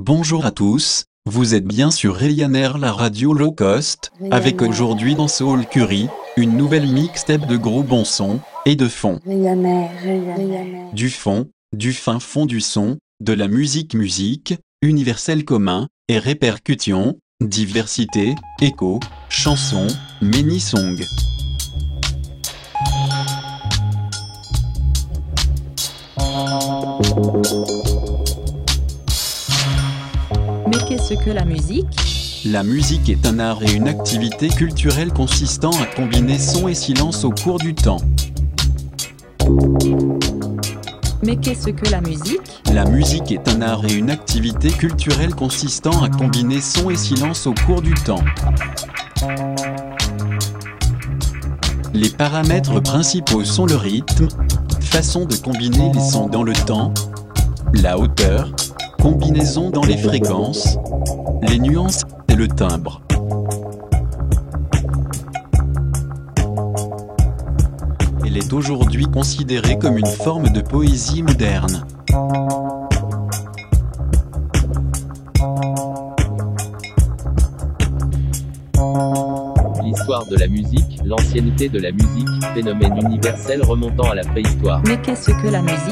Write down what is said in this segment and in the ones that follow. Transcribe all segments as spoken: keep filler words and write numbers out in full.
Bonjour à tous, vous êtes bien sur Ryanair, la radio low cost, avec aujourd'hui dans Soul Curry, une nouvelle mixtape de gros bons sons, et de fond. Ryanair, Ryanair. Du fond, du fin fond du son, de la musique musique, universel commun, et répercussions, diversité, écho, chansons, mini-song. Mais qu'est-ce que la musique ? La musique est un art et une activité culturelle consistant à combiner son et silence au cours du temps. Mais qu'est-ce que la musique ? La musique est un art et une activité culturelle consistant à combiner son et silence au cours du temps. Les paramètres principaux sont le rythme, façon de combiner les sons dans le temps, la hauteur, combinaison dans les fréquences, les nuances et le timbre. Elle est aujourd'hui considérée comme une forme de poésie moderne. L'histoire de la musique, l'ancienneté de la musique, phénomène universel remontant à la préhistoire. Mais qu'est-ce que la musique ?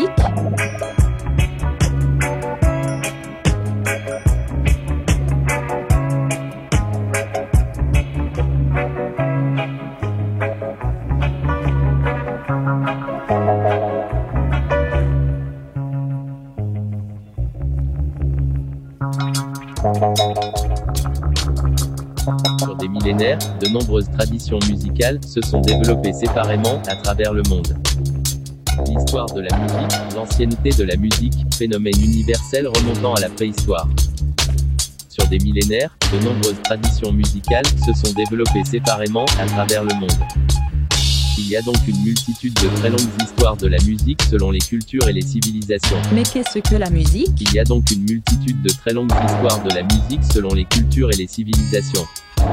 Sur des millénaires, de nombreuses traditions musicales se sont développées séparément à travers le monde. L'histoire de la musique, l'ancienneté de la musique, phénomène universel remontant à la préhistoire. Sur des millénaires, de nombreuses traditions musicales se sont développées séparément à travers le monde. Il y a donc une multitude de très longues histoires de la musique selon les cultures et les civilisations. Mais qu'est-ce que la musique ? Il y a donc une multitude de très longues histoires de la musique selon les cultures et les civilisations.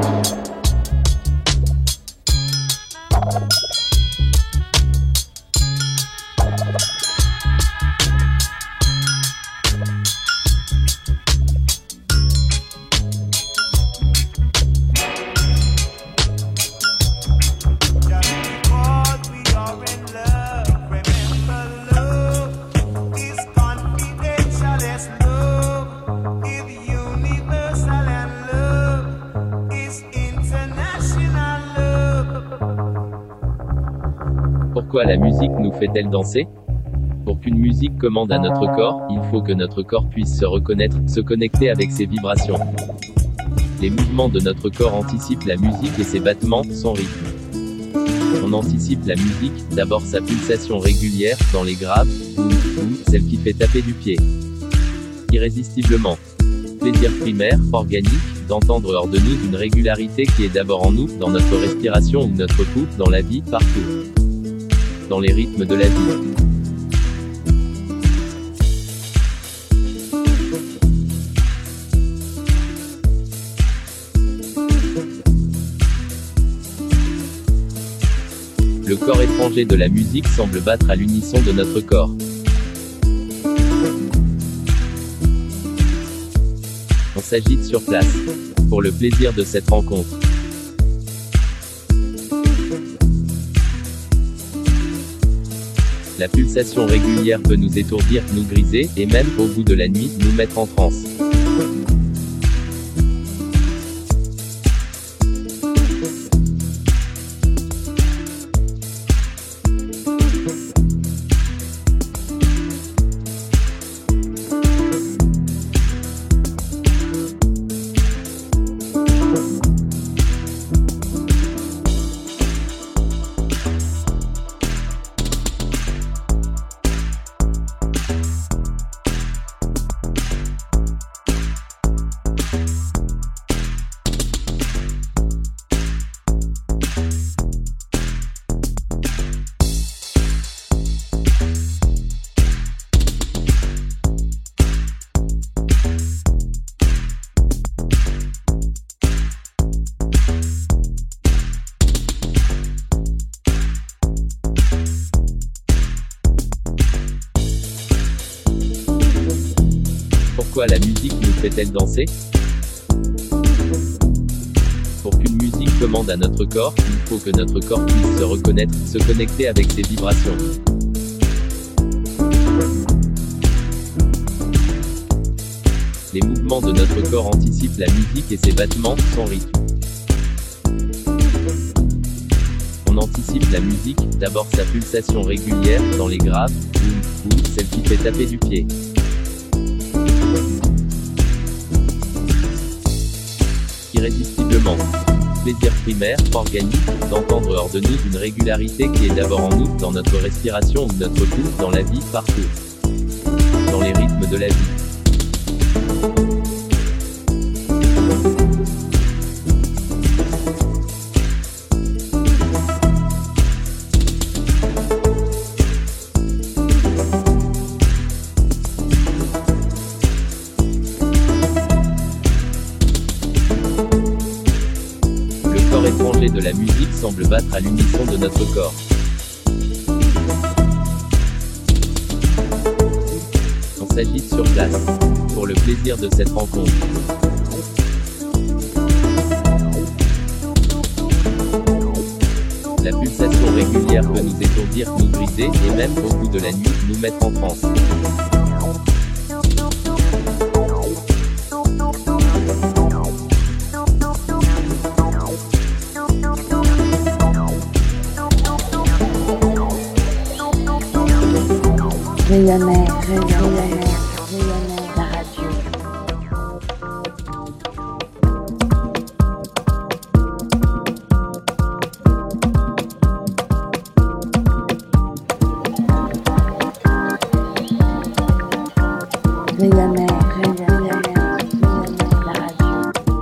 Pourquoi la musique nous fait-elle danser ? Pour qu'une musique commande à notre corps, il faut que notre corps puisse se reconnaître, se connecter avec ses vibrations. Les mouvements de notre corps anticipent la musique et ses battements, son rythme. On anticipe la musique, d'abord sa pulsation régulière, dans les graves, ou, ou, celle qui fait taper du pied. Irrésistiblement. Plaisir primaire, organique, d'entendre hors de nous une régularité qui est d'abord en nous, dans notre respiration ou notre pouls, dans la vie, partout. Dans les rythmes de la vie. Le corps étranger de la musique semble battre à l'unisson de notre corps. On s'agite sur place. Pour le plaisir de cette rencontre. La pulsation régulière peut nous étourdir, nous griser, et même, au bout de la nuit, nous mettre en transe. fait-elle danser? Pour qu'une musique commande à notre corps, il faut que notre corps puisse se reconnaître, se connecter avec ses vibrations. Les mouvements de notre corps anticipent la musique et ses battements, son rythme. On anticipe la musique, d'abord sa pulsation régulière, dans les graves, ou, ou, celle qui fait taper du pied. Irrésistiblement. Plaisir primaire, organique, d'entendre hors de nous une régularité qui est d'abord en nous, dans notre respiration ou notre pouls, dans la vie, partout. Dans les rythmes de la vie. Étranger de la musique semble battre à l'unisson de notre corps. On s'agite sur place, pour le plaisir de cette rencontre. La pulsation régulière peut nous étourdir, nous briser, et même, au bout de la nuit, nous mettre en transe. Rayonner, rayonner, rayonner, la radio. Rayonner, rayonner, rayonner, la radio.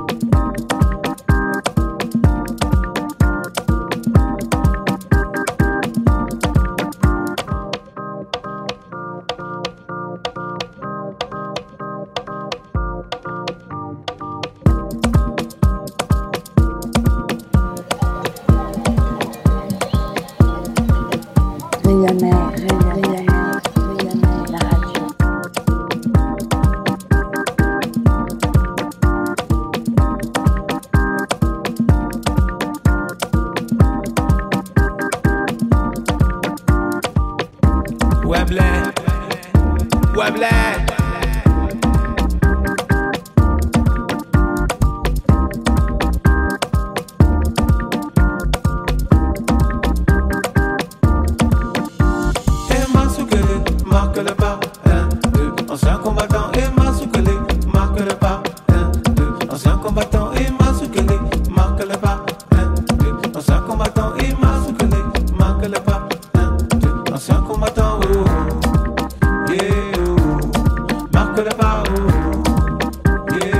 Rayonner, rayonner, rayonner, la radio. Webley, Webley. Marque le pas, un, deux, ancien combattant et Masoukele, marque le pas, un, deux, ancien combattant et Masoukele, marque le pas, un, deux, ancien combattant et Masoukele, marque le pas, un, deux, ancien combattant, oh, yeah, oh, marque le pas, oh, yeah,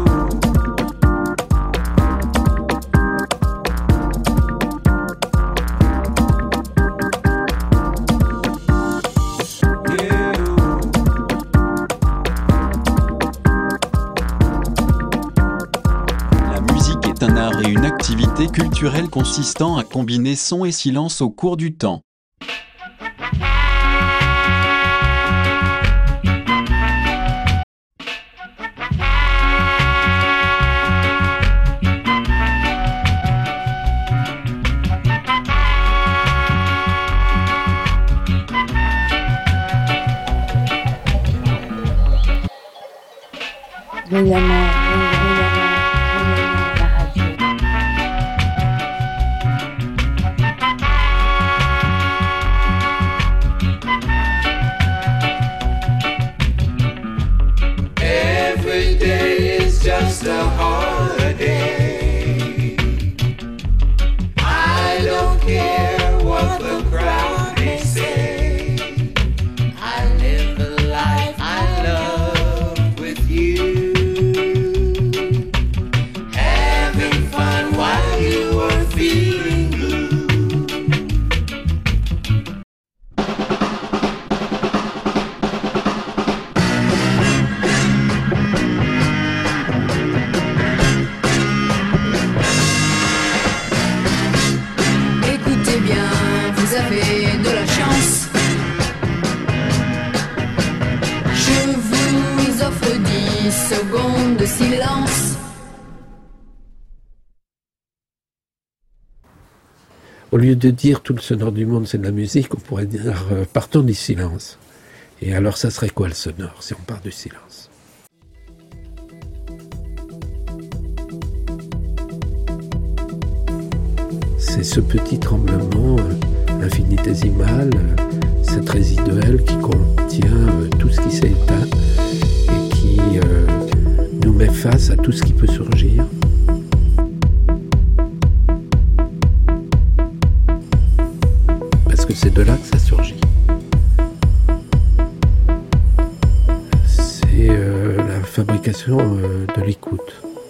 Un art et une activité culturelle consistant à combiner son et silence au cours du temps. Rayonner, rayonner, la radio. every day is just a holiday. I don't care what the crowd may say. I live the life I love with you, having fun while you are feeling blue. seconde de silence. Au lieu de dire tout le sonore du monde c'est de la musique, on pourrait dire euh, partons du silence. Et alors ça serait quoi le sonore si on part du silence? C'est ce petit tremblement euh, infinitésimal, euh, cette résiduelle qui contient euh, tout ce qui s'est éteint et qui euh, nous met face à tout ce qui peut surgir. Parce que c'est de là que ça surgit. C'est euh, la fabrication euh, de l'écoute.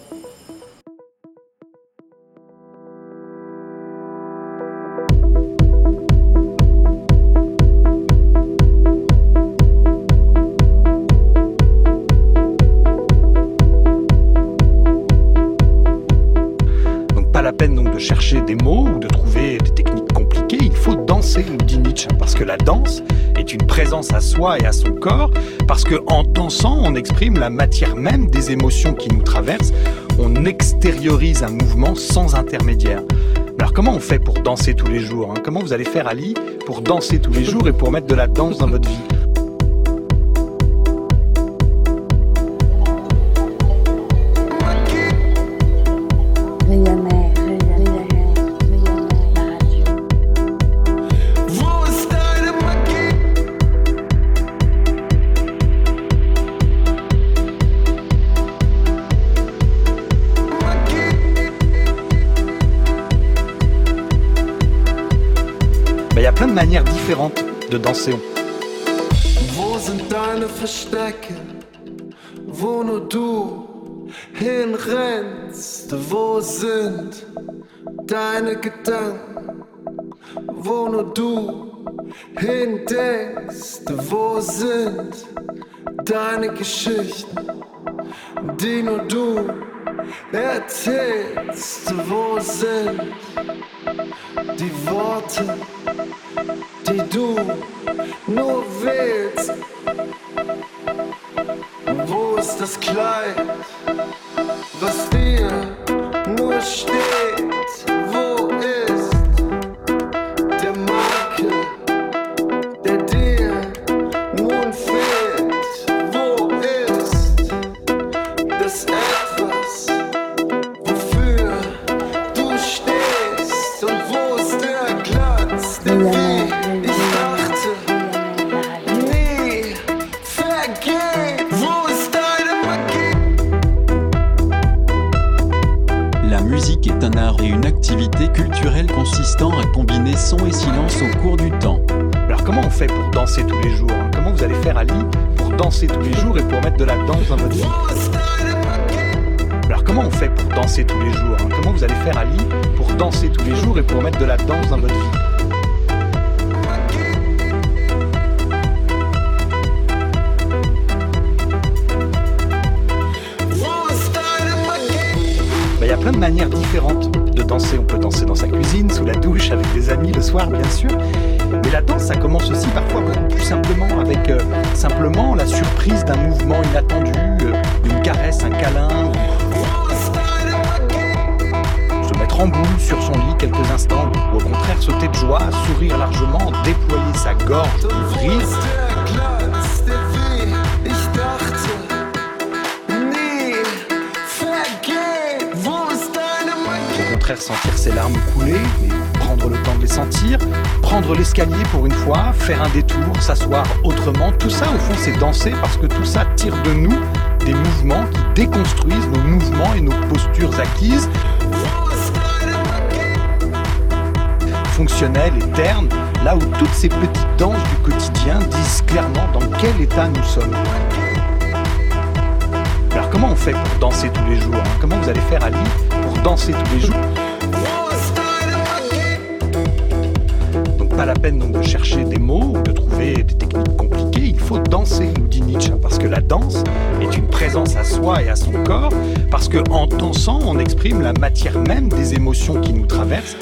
Chercher des mots ou de trouver des techniques compliquées, il faut danser, nous dit Nietzsche, parce que la danse est une présence à soi et à son corps, parce que en dansant, on exprime la matière même des émotions qui nous traversent, on extériorise un mouvement sans intermédiaire. Alors comment on fait pour danser tous les jours, hein? Comment vous allez faire, Ali, pour danser tous les jours et pour mettre de la danse dans votre vie? Manière différente de danser. Wo sind deine Verstecke, wo nur du hinrennst? Wo sind deine Gedanken, wo nur du hindenkst? Wo sind deine Geschichten, die nur du erzählst? Wo sind die Worte, die du nur willst? Wo ist das Kleid, was dir nur steht? Wo ist der Makel, der dir nun fehlt? Wo ist das Etwas, wofür du stehst? Und wo ist der Glanz, der wie ich dachte nie vergeht? Wo ist deine Magie? La musique est un art et une activité culturelle consistant à combiner son et silence au cours du temps. Alors comment on fait pour danser tous les jours, hein? Comment vous allez faire, Ali, pour danser tous les jours et pour mettre de la danse dans votre vie? Alors comment on fait pour danser tous les jours, hein? Comment vous allez faire, Ali, pour danser tous les jours et pour mettre de la danse dans votre vie? Il y a plein de manières différentes de danser. On peut danser dans sa cuisine, sous la douche, avec des amis le soir, bien sûr. Mais la danse, ça commence aussi parfois beaucoup plus simplement, avec euh, simplement la surprise d'un mouvement inattendu, euh, une caresse, un câlin, ou... se mettre en boule sur son lit quelques instants, ou au contraire sauter de joie, sourire largement, déployer sa gorge ivrise. Au contraire, sentir ses larmes couler, et prendre le temps de les sentir, prendre l'escalier pour une fois, faire un détour, s'asseoir autrement, tout ça au fond c'est danser parce que tout ça tire de nous des mouvements qui déconstruisent nos mouvements et nos postures acquises. Fonctionnelles et ternes, là où toutes ces petites danses du quotidien disent clairement dans quel état nous sommes. Alors comment on fait pour danser tous les jours, hein? Comment vous allez faire, Ali, pour danser tous les jours? Donc pas la peine donc de chercher des mots ou de trouver des techniques compliquées, il faut danser, nous dit Nietzsche, parce que la danse est une présence à soi et à son corps, parce que en dansant, on exprime la matière même des émotions qui nous traversent.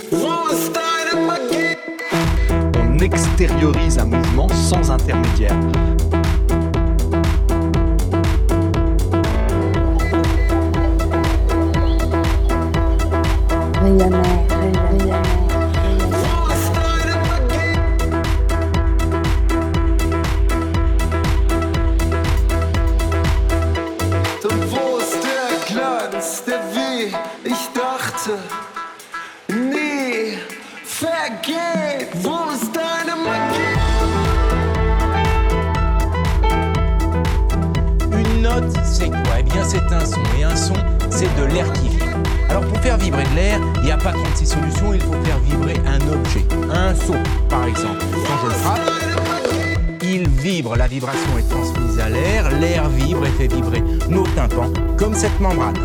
On extériorise un mouvement sans intermédiaire. was der weh. Ich dachte, nee, vergeht, wo ist deine Magie? Une note, c'est quoi? Eh bien, c'est un son. Et un son, c'est de l'air qui vibre. Alors, pour faire vibrer de l'air, il n'y a pas trente-six solutions. Il faut faire vibrer un objet. Un seau, par exemple. Quand je le frappe, il vibre. La vibration est transmise à l'air. L'air vibre et fait vibrer nos tympans, comme cette membrane.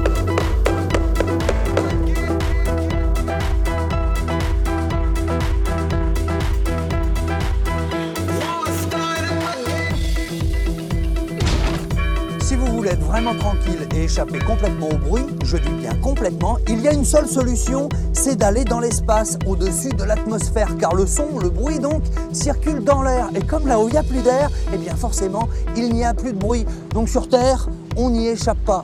Être vraiment tranquille et échapper complètement au bruit, je dis bien complètement, il y a une seule solution, c'est d'aller dans l'espace, au-dessus de l'atmosphère, car le son, le bruit donc, circule dans l'air. Et comme là où il n'y a plus d'air, eh bien forcément, il n'y a plus de bruit. Donc sur Terre, on n'y échappe pas.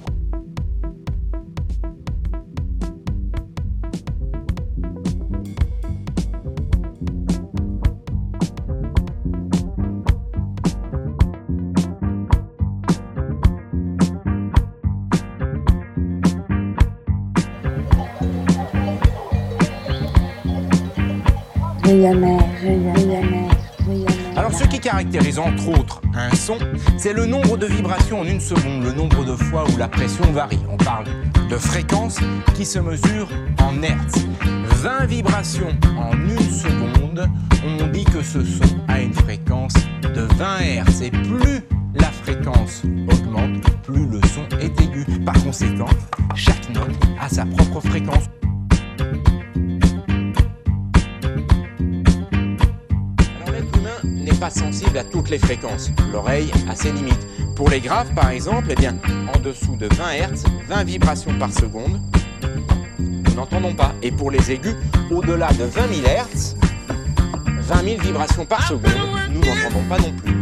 Alors ce qui caractérise entre autres un son, c'est le nombre de vibrations en une seconde, le nombre de fois où la pression varie. On parle de fréquence qui se mesure en hertz. vingt vibrations en une seconde, on dit que ce son a une fréquence de vingt hertz. Et plus la fréquence augmente, plus le son est aigu. Par conséquent, chaque note a sa propre fréquence. Pas sensible à toutes les fréquences. L'oreille a ses limites. Pour les graves, par exemple, eh bien, en dessous de vingt hertz, vingt vibrations par seconde, nous n'entendons pas. Et pour les aigus, au-delà de vingt mille hertz, vingt mille vibrations par seconde, nous n'entendons pas non plus.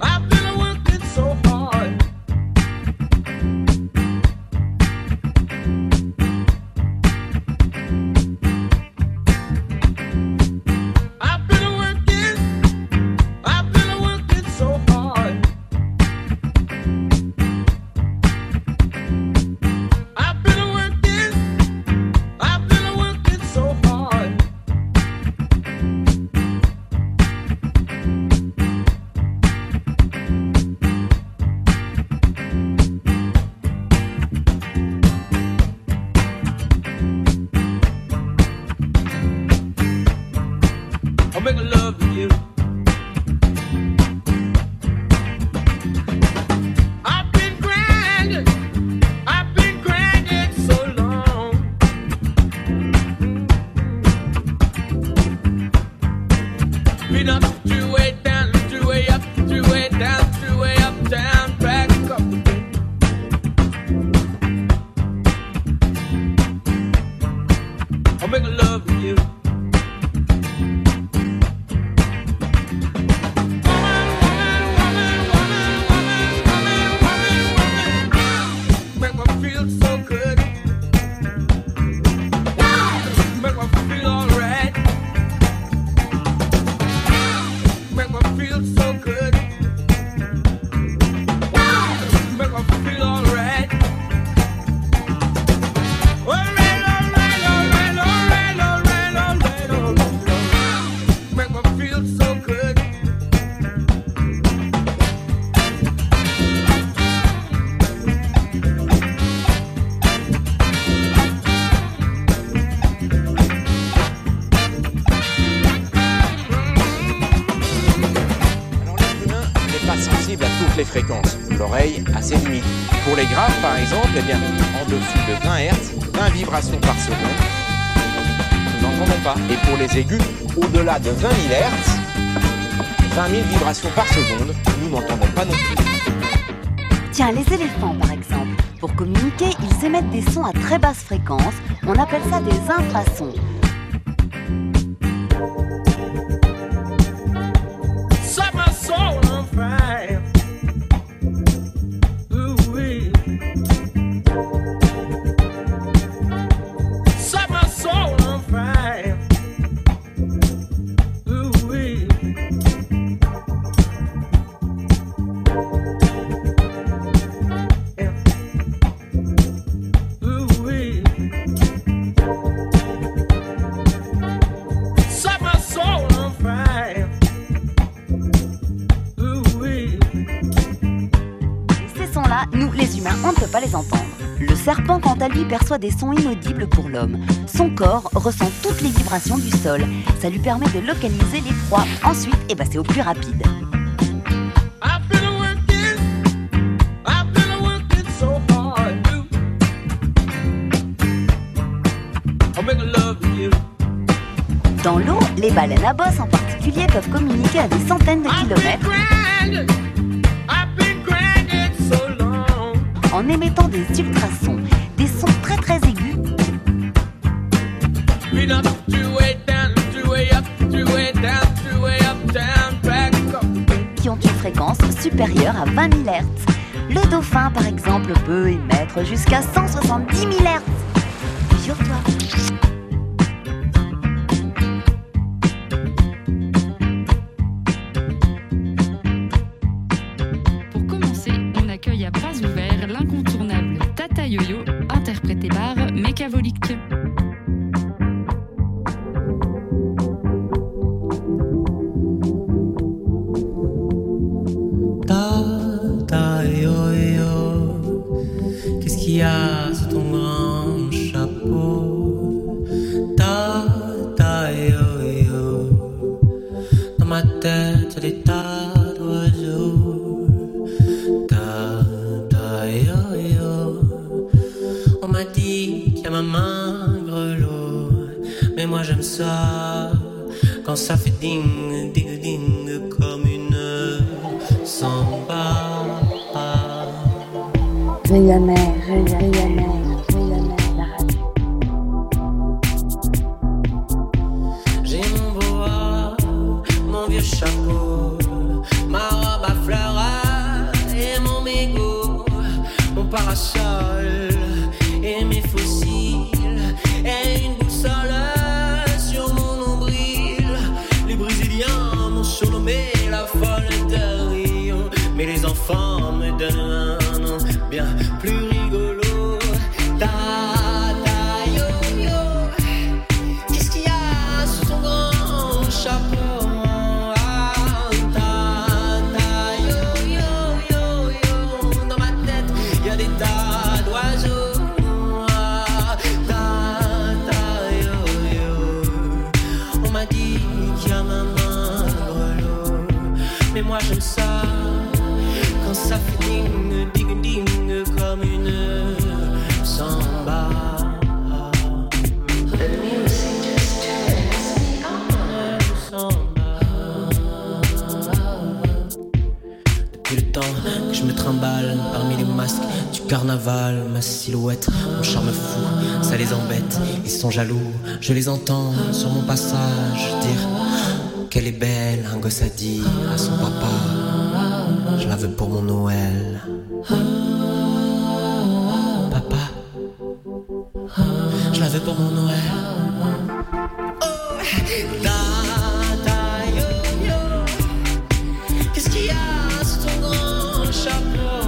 Les fréquences. L'oreille a ses limites. Pour les graves, par exemple, eh bien, en dessous de vingt hertz, vingt vibrations par seconde, nous n'entendons pas. Et pour les aigus, au-delà de vingt mille hertz, vingt mille vibrations par seconde, nous n'entendons pas non plus. Tiens, les éléphants, par exemple, pour communiquer, ils émettent des sons à très basse fréquence. On appelle ça des infrasons. Ooh, les entendre. Le serpent, quant à lui, perçoit des sons inaudibles pour l'homme. Son corps ressent toutes les vibrations du sol. Ça lui permet de localiser les proies. Ensuite, eh ben, c'est au plus rapide. Dans l'eau, les baleines à bosse en particulier peuvent communiquer à des centaines de kilomètres en émettant des ultrasons, des sons très très aigus qui ont une fréquence supérieure à vingt mille hertz. Le dauphin, par exemple, peut émettre jusqu'à cent soixante-dix mille hertz. Figure-toi. À bras ouverts, l'incontournable Tata Yo-Yo, interprété par Mekavolic. Tata Yo-Yo, qu'est-ce qu'il y a sous ton grand chapeau? Tata Yo-Yo, dans ma tête y'a des tas d'oiseaux. On m'a dit qu'il y a ma main grelot, mais moi j'aime ça quand ça fait ding, ding, ding comme une samba. Rayonner, rayonner, rayonner la radio. J'ai mon boa, mon vieux chapeau, ma robe à fleurs et mon mégot, mon parasol et mes fossiles et une boussole sur mon nombril. Les Brésiliens m'ont surnommé la folle de Rio, mais les enfants me donnent un nom bien plus rigolo. Tata Yo-Yo, qu'est-ce qu'il y a sous ton grand chapeau? Mais moi j'aime ça quand ça fait ding, ding, ding comme une samba. The music just turns me on. Samba. Depuis le temps que je me trimballe parmi les masques du carnaval, ma silhouette, mon charme fou, ça les embête, ils sont jaloux, je les entends sur mon passage dire qu'elle est belle, un gosse a dit à son papa, je la veux pour mon Noël. Papa, je la veux pour mon Noël. Oh, Tata Yo-Yo, qu'est-ce qu'il y a sous ton grand chapeau?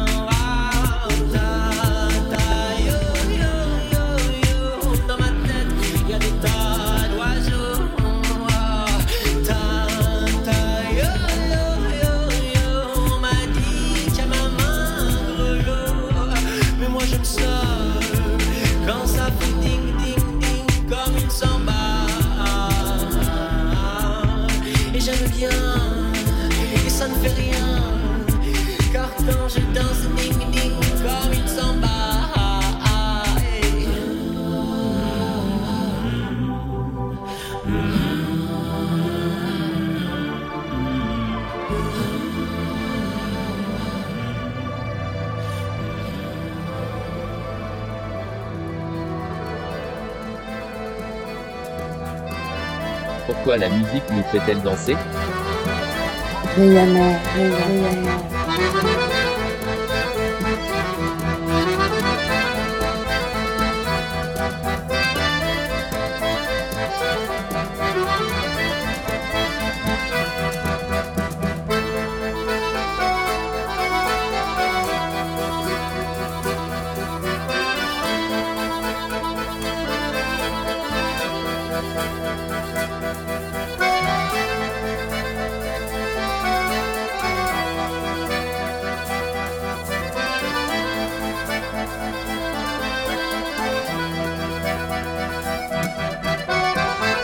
Et ça ne fait rien, car quand je danse ding ding comme une samba. Pourquoi la musique nous fait-elle danser? Rayonner, rayonner.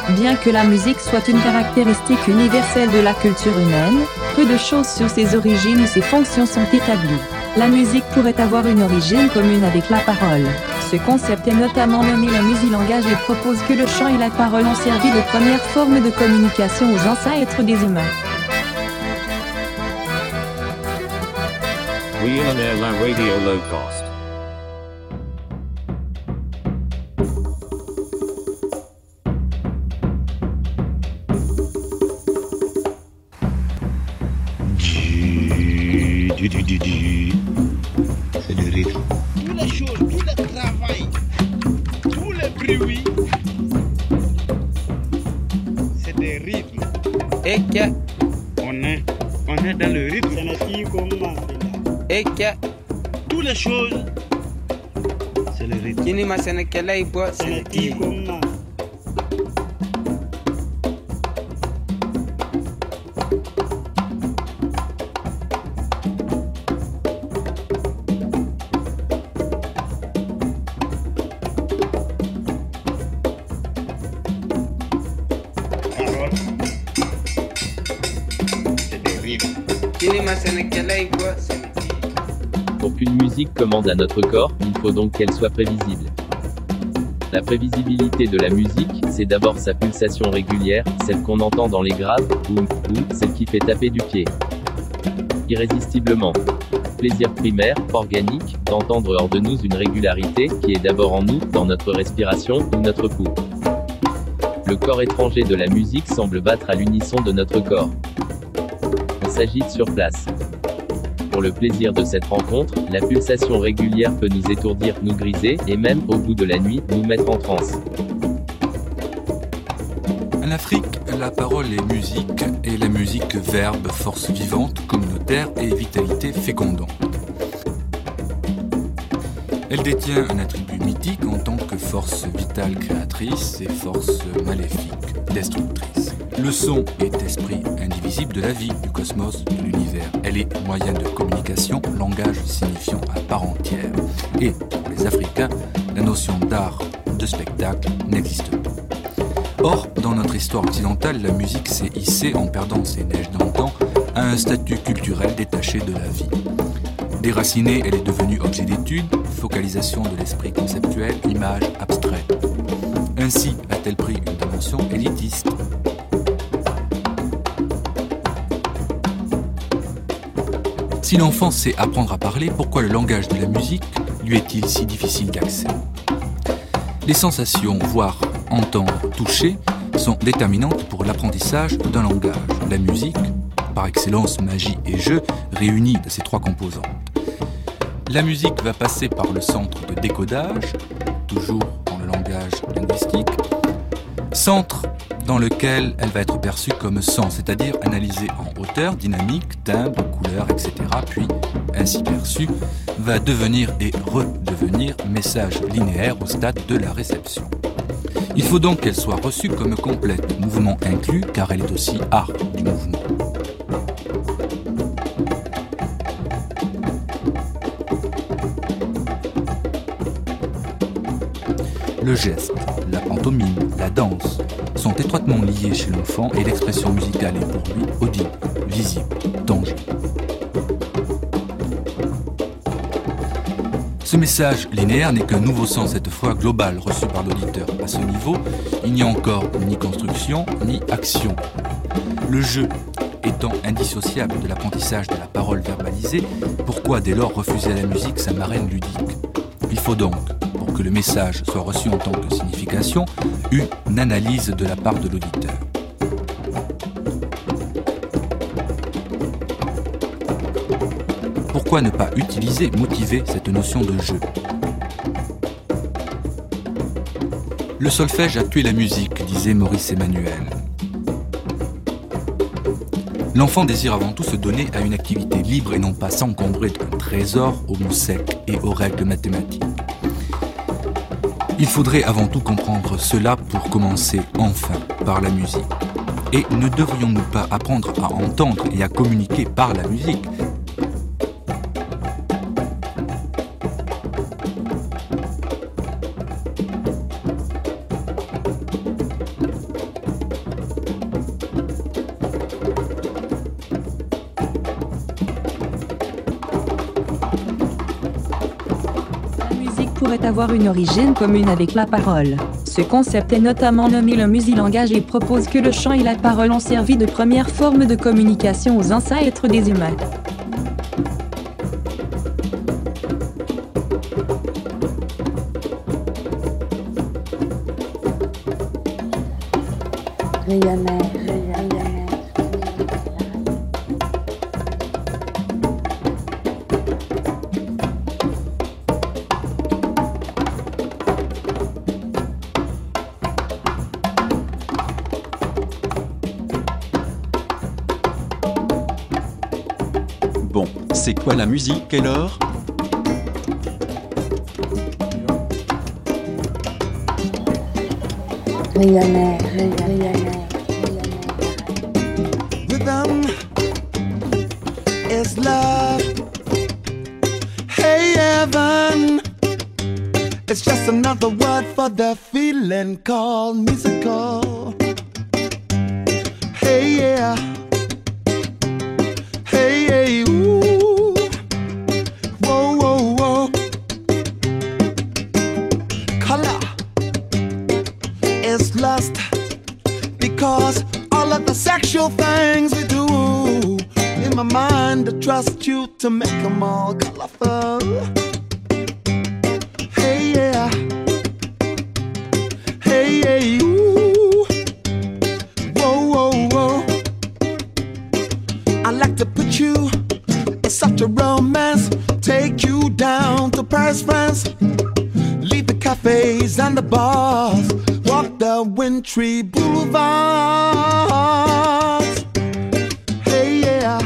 Bien que la musique soit une caractéristique universelle de la culture humaine, peu de choses sur ses origines ou ses fonctions sont établies. La musique pourrait avoir une origine commune avec la parole. Ce concept est notamment nommé le musilangage et propose que le chant et la parole ont servi de première forme de communication aux ancêtres des humains. Wheel and Air La Radio Low Cost. Du, du, du, du. C'est le rythme. Toutes les choses, tout le travail, tous les bruits, c'est des rythmes. Et que on est, on est dans le rythme. Et que toutes les choses, c'est le rythme. Qui n'est pas sénégalais, c'est le rythme. Pour qu'une musique commande à notre corps, il faut donc qu'elle soit prévisible. La prévisibilité de la musique, c'est d'abord sa pulsation régulière, celle qu'on entend dans les graves, ou, ou celle qui fait taper du pied. Irrésistiblement. Plaisir primaire, organique, d'entendre hors de nous une régularité, qui est d'abord en nous, dans notre respiration, ou notre pouls. Le corps étranger de la musique semble battre à l'unisson de notre corps. On s'agite sur place. Pour le plaisir de cette rencontre, la pulsation régulière peut nous étourdir, nous griser, et même, au bout de la nuit, nous mettre en transe. En Afrique, la parole est musique, et la musique verbe, force vivante, communautaire et vitalité fécondante. Elle détient un attribut mythique en tant que force vitale créatrice et force maléfique destructrice. Le son est esprit indivisible de la vie, du cosmos, de l'univers. Elle est moyen de communication, langage signifiant à part entière. Et pour les Africains, la notion d'art, de spectacle n'existe pas. Or, dans notre histoire occidentale, la musique s'est hissée en perdant ses neiges d'antan à un statut culturel détaché de la vie. Déracinée, elle est devenue objet d'étude, focalisation de l'esprit conceptuel, image abstraite. Ainsi a-t-elle pris une dimension élitiste. Si l'enfant sait apprendre à parler, pourquoi le langage de la musique lui est-il si difficile d'accès ? Les sensations, voire entendre, toucher, sont déterminantes pour l'apprentissage d'un langage. La musique, par excellence magie et jeu, réunie de ces trois composantes. La musique va passer par le centre de décodage, toujours dans le langage linguistique, centre dans lequel elle va être perçue comme son, c'est-à-dire analysée en hauteur, dynamique, timbre, couleur, et cetera, puis, ainsi perçue, va devenir et redevenir message linéaire au stade de la réception. Il faut donc qu'elle soit reçue comme complète, mouvement inclus, car elle est aussi art du mouvement. Le geste, la pantomime, la danse sont étroitement liés chez l'enfant et l'expression musicale est pour lui audible, visible, tangible. Ce message linéaire n'est qu'un nouveau sens, cette fois global, reçu par l'auditeur. À ce niveau, il n'y a encore ni construction, ni action. Le jeu étant indissociable de l'apprentissage de la parole verbalisée, pourquoi dès lors refuser à la musique sa marraine ludique ? Il faut donc, pour que le message soit reçu en tant que signification, une analyse de la part de l'auditeur. Pourquoi ne pas utiliser, motiver cette notion de jeu ? Le solfège a tué la musique, disait Maurice Emmanuel. L'enfant désire avant tout se donner à une activité libre et non pas s'encombrer d'un trésor aux mots secs et aux règles mathématiques. Il faudrait avant tout comprendre cela pour commencer enfin par la musique. Et ne devrions-nous pas apprendre à entendre et à communiquer par la musique ? avoir une origine commune avec la parole. Ce concept est notamment nommé le musilangage et propose que le chant et la parole ont servi de première forme de communication aux ancêtres des humains. Rayonnait, rayonnait. Bon, c'est quoi la musique alors ? Rayonnait, rayonnait. Rhythm is love. Hey, heaven. It's just another word for the feeling called musical. Hey, yeah. Hey, hey, ooh. Whoa, whoa, whoa. Color is lust because all of the sexual things we do in my mind, I trust you to make them all colorful. Hey, yeah. Hey, hey, ooh. Whoa, whoa, whoa. I like to put you in such a romance, take you down to Paris, France. Leave the cafes and the bars, walk the wintry boulevards. Hey, yeah.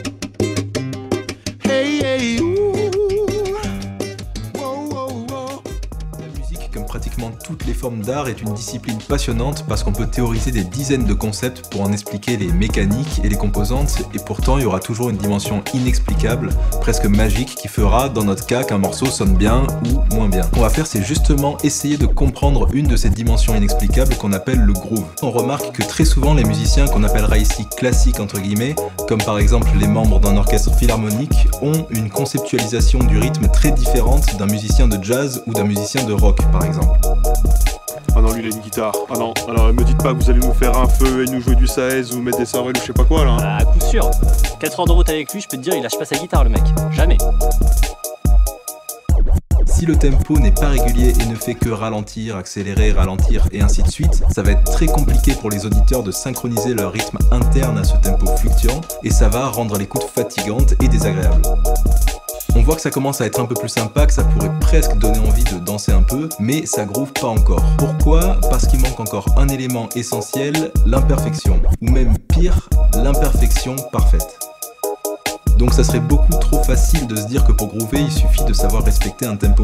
Hey, hey, ooh. Whoa, whoa, whoa. La musique, comme pratiquement toutes les formes d'art, est une discipline passionnante parce qu'on peut théoriser des dizaines de concepts pour en expliquer les mécaniques et les composantes, et pourtant il y aura toujours une dimension inexplicable, presque magique, qui fera, dans notre cas, qu'un morceau sonne bien ou moins bien. Ce qu'on va faire, c'est justement essayer de comprendre une de ces dimensions inexplicables qu'on appelle le groove. On remarque que très souvent les musiciens qu'on appellera ici classiques entre guillemets, comme par exemple les membres d'un orchestre philharmonique, ont une conceptualisation du rythme très différente d'un musicien de jazz ou d'un musicien de rock par exemple. Ah non, lui il a une guitare. Ah non, alors me dites pas que vous allez nous faire un feu et nous jouer du Saez ou mettre des sorels ou je sais pas quoi là. Ah, à coup sûr. quatre heures de route avec lui, je peux te dire, il lâche pas sa guitare le mec. Jamais. Si le tempo n'est pas régulier et ne fait que ralentir, accélérer, ralentir et ainsi de suite, ça va être très compliqué pour les auditeurs de synchroniser leur rythme interne à ce tempo fluctuant et ça va rendre l'écoute fatigante et désagréable. On voit que ça commence à être un peu plus sympa, que ça pourrait presque donner envie de danser un peu, mais ça groove pas encore. Pourquoi ? Parce qu'il manque encore un élément essentiel, l'imperfection. Ou même pire, l'imperfection parfaite. Donc ça serait beaucoup trop facile de se dire que pour groover, il suffit de savoir respecter un tempo.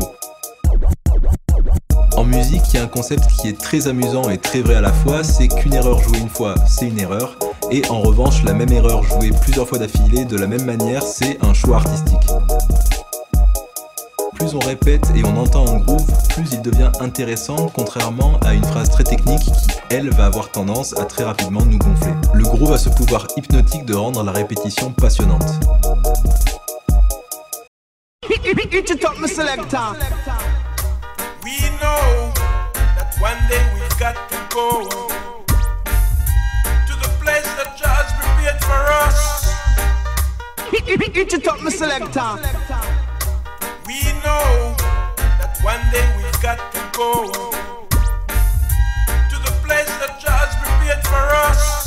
En musique, il y a un concept qui est très amusant et très vrai à la fois, c'est qu'une erreur jouée une fois, c'est une erreur, et en revanche, la même erreur jouée plusieurs fois d'affilée de la même manière, c'est un choix artistique. Plus on répète et on entend un groove, plus il devient intéressant, contrairement à une phrase très technique qui, elle, va avoir tendance à très rapidement nous gonfler. Le groove a ce pouvoir hypnotique de rendre la répétition passionnante. We know that one day we've got to go to the place that God's prepared for us. Eat it up, my selector. We know that one day we've got to go to the place that God's prepared for us.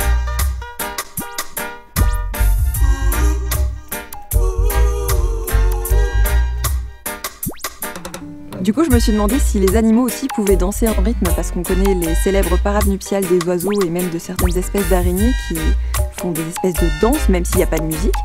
Du coup, je me suis demandé si les animaux aussi pouvaient danser en rythme, parce qu'on connaît les célèbres parades nuptiales des oiseaux et même de certaines espèces d'araignées qui font des espèces de danses, même s'il n'y a pas de musique.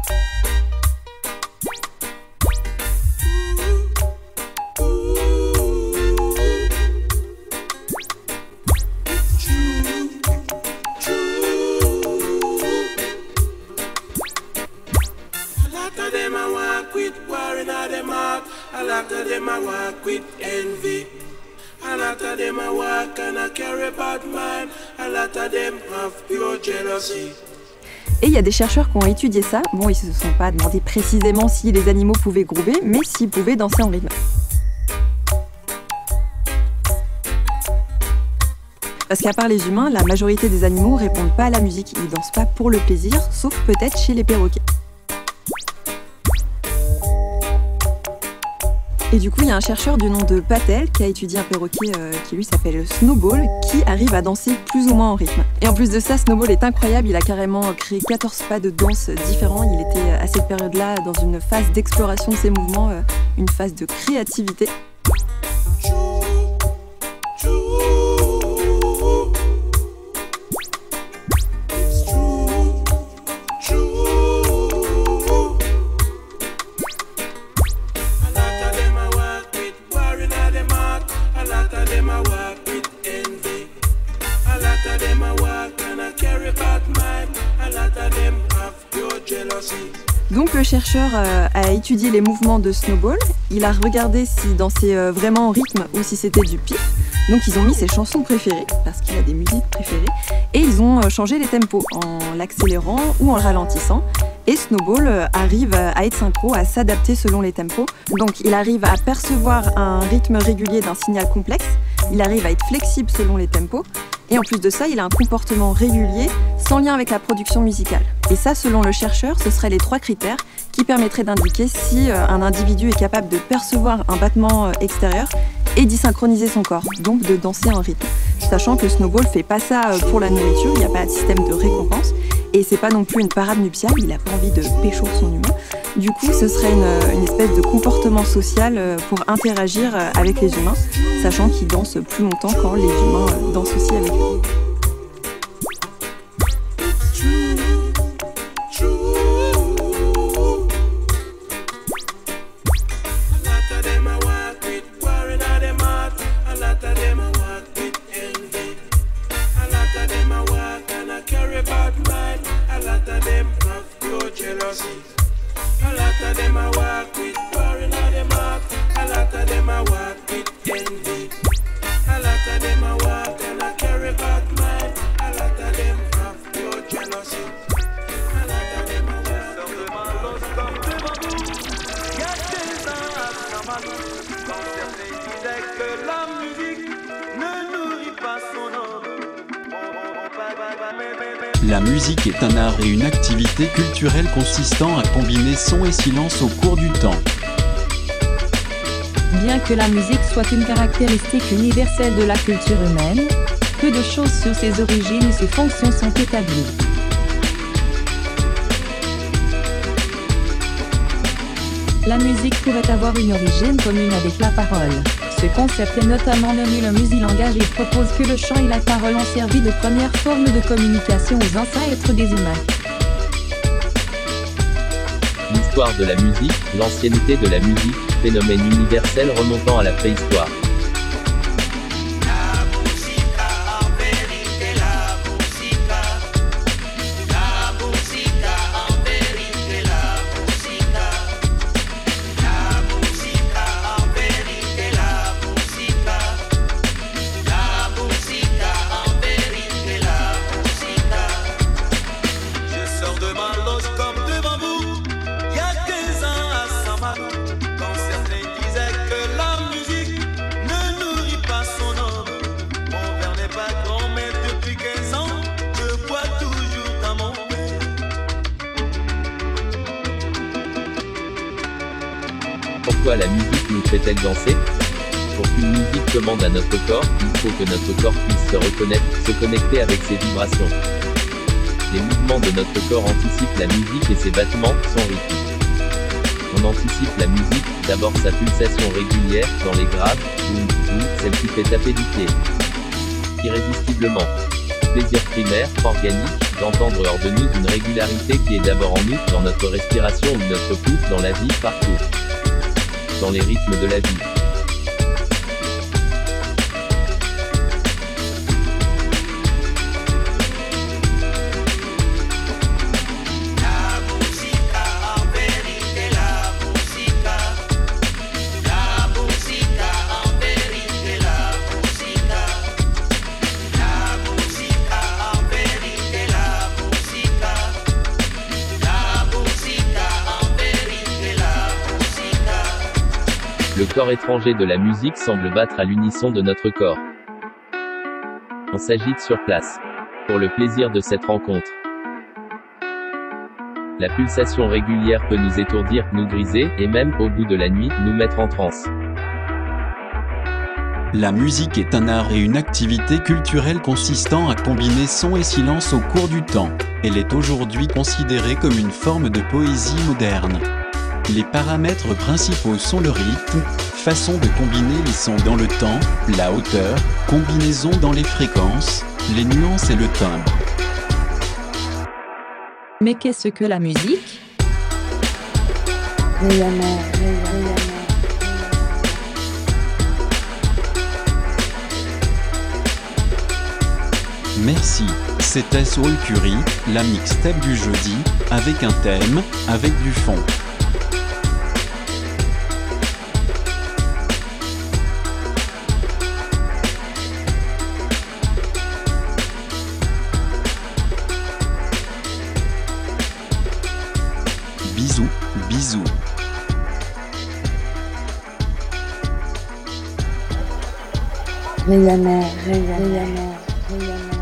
Et il y a des chercheurs qui ont étudié ça. Bon, ils ne se sont pas demandé précisément si les animaux pouvaient groover, mais s'ils pouvaient danser en rythme. Parce qu'à part les humains, la majorité des animaux répondent pas à la musique. Ils dansent pas pour le plaisir, sauf peut-être chez les perroquets. Et du coup, il y a un chercheur du nom de Patel qui a étudié un perroquet euh, qui lui s'appelle Snowball, qui arrive à danser plus ou moins en rythme. Et en plus de ça, Snowball est incroyable, il a carrément créé quatorze pas de danse différents. Il était à cette période-là dans une phase d'exploration de ses mouvements, euh, une phase de créativité. Donc le chercheur euh, a étudié les mouvements de Snowball, il a regardé s'il dansait euh, vraiment en rythme ou si c'était du pif. Donc ils ont mis ses chansons préférées, parce qu'il a des musiques préférées, et ils ont euh, changé les tempos en l'accélérant ou en le ralentissant. Et Snowball euh, arrive à être synchro, à s'adapter selon les tempos. Donc il arrive à percevoir un rythme régulier d'un signal complexe, il arrive à être flexible selon les tempos, et en plus de ça, il a un comportement régulier sans lien avec la production musicale. Et ça, selon le chercheur, ce seraient les trois critères qui permettraient d'indiquer si euh, un individu est capable de percevoir un battement euh, extérieur et d'y synchroniser son corps, donc de danser en rythme. Sachant que Snowball fait pas ça euh, pour la nourriture, il n'y a pas de système de récompense, et c'est pas non plus une parade nuptiale, il a pas envie de pécho son humain. Du coup, ce serait une, une espèce de comportement social euh, pour interagir euh, avec les humains, sachant qu'ils dansent plus longtemps quand les humains euh, dansent aussi avec eux. La musique est un art et une activité culturelle consistant à combiner son et silence au cours du temps. Bien que la musique soit une caractéristique universelle de la culture humaine, peu de choses sur ses origines et ses fonctions sont établies. La musique pourrait avoir une origine commune avec la parole. Ce concept est notamment nommé le musilangage et propose que le chant et la parole ont servi de première forme de communication aux ancêtres des humains. L'histoire de la musique, l'ancienneté de la musique, phénomène universel remontant à la préhistoire. Pourquoi la musique nous fait-elle danser? Pour qu'une musique commande à notre corps, il faut que notre corps puisse se reconnaître, se connecter avec ses vibrations. Les mouvements de notre corps anticipent la musique et ses battements, son rythme. On anticipe la musique, d'abord sa pulsation régulière, dans les graves, boum, boum, celle qui fait taper du pied. Irrésistiblement. Plaisir primaire, organique, d'entendre hors de nous une régularité qui est d'abord en nous, dans notre respiration ou notre pouls, dans la vie, partout. Dans les rythmes de la vie. Le corps étranger de la musique semble battre à l'unisson de notre corps. On s'agite sur place. Pour le plaisir de cette rencontre. La pulsation régulière peut nous étourdir, nous griser, et même, au bout de la nuit, nous mettre en transe. La musique est un art et une activité culturelle consistant à combiner son et silence au cours du temps. Elle est aujourd'hui considérée comme une forme de poésie moderne. Les paramètres principaux sont le rythme, façon de combiner les sons dans le temps, la hauteur, combinaison dans les fréquences, les nuances et le timbre. Mais qu'est-ce que la musique ? Rayonnement, rayonnement. Merci, c'était Soul Curry, la mixtape du jeudi, avec un thème, avec du fond. Bisous, bisous. Rayonnement, rayonnement, rayonnement.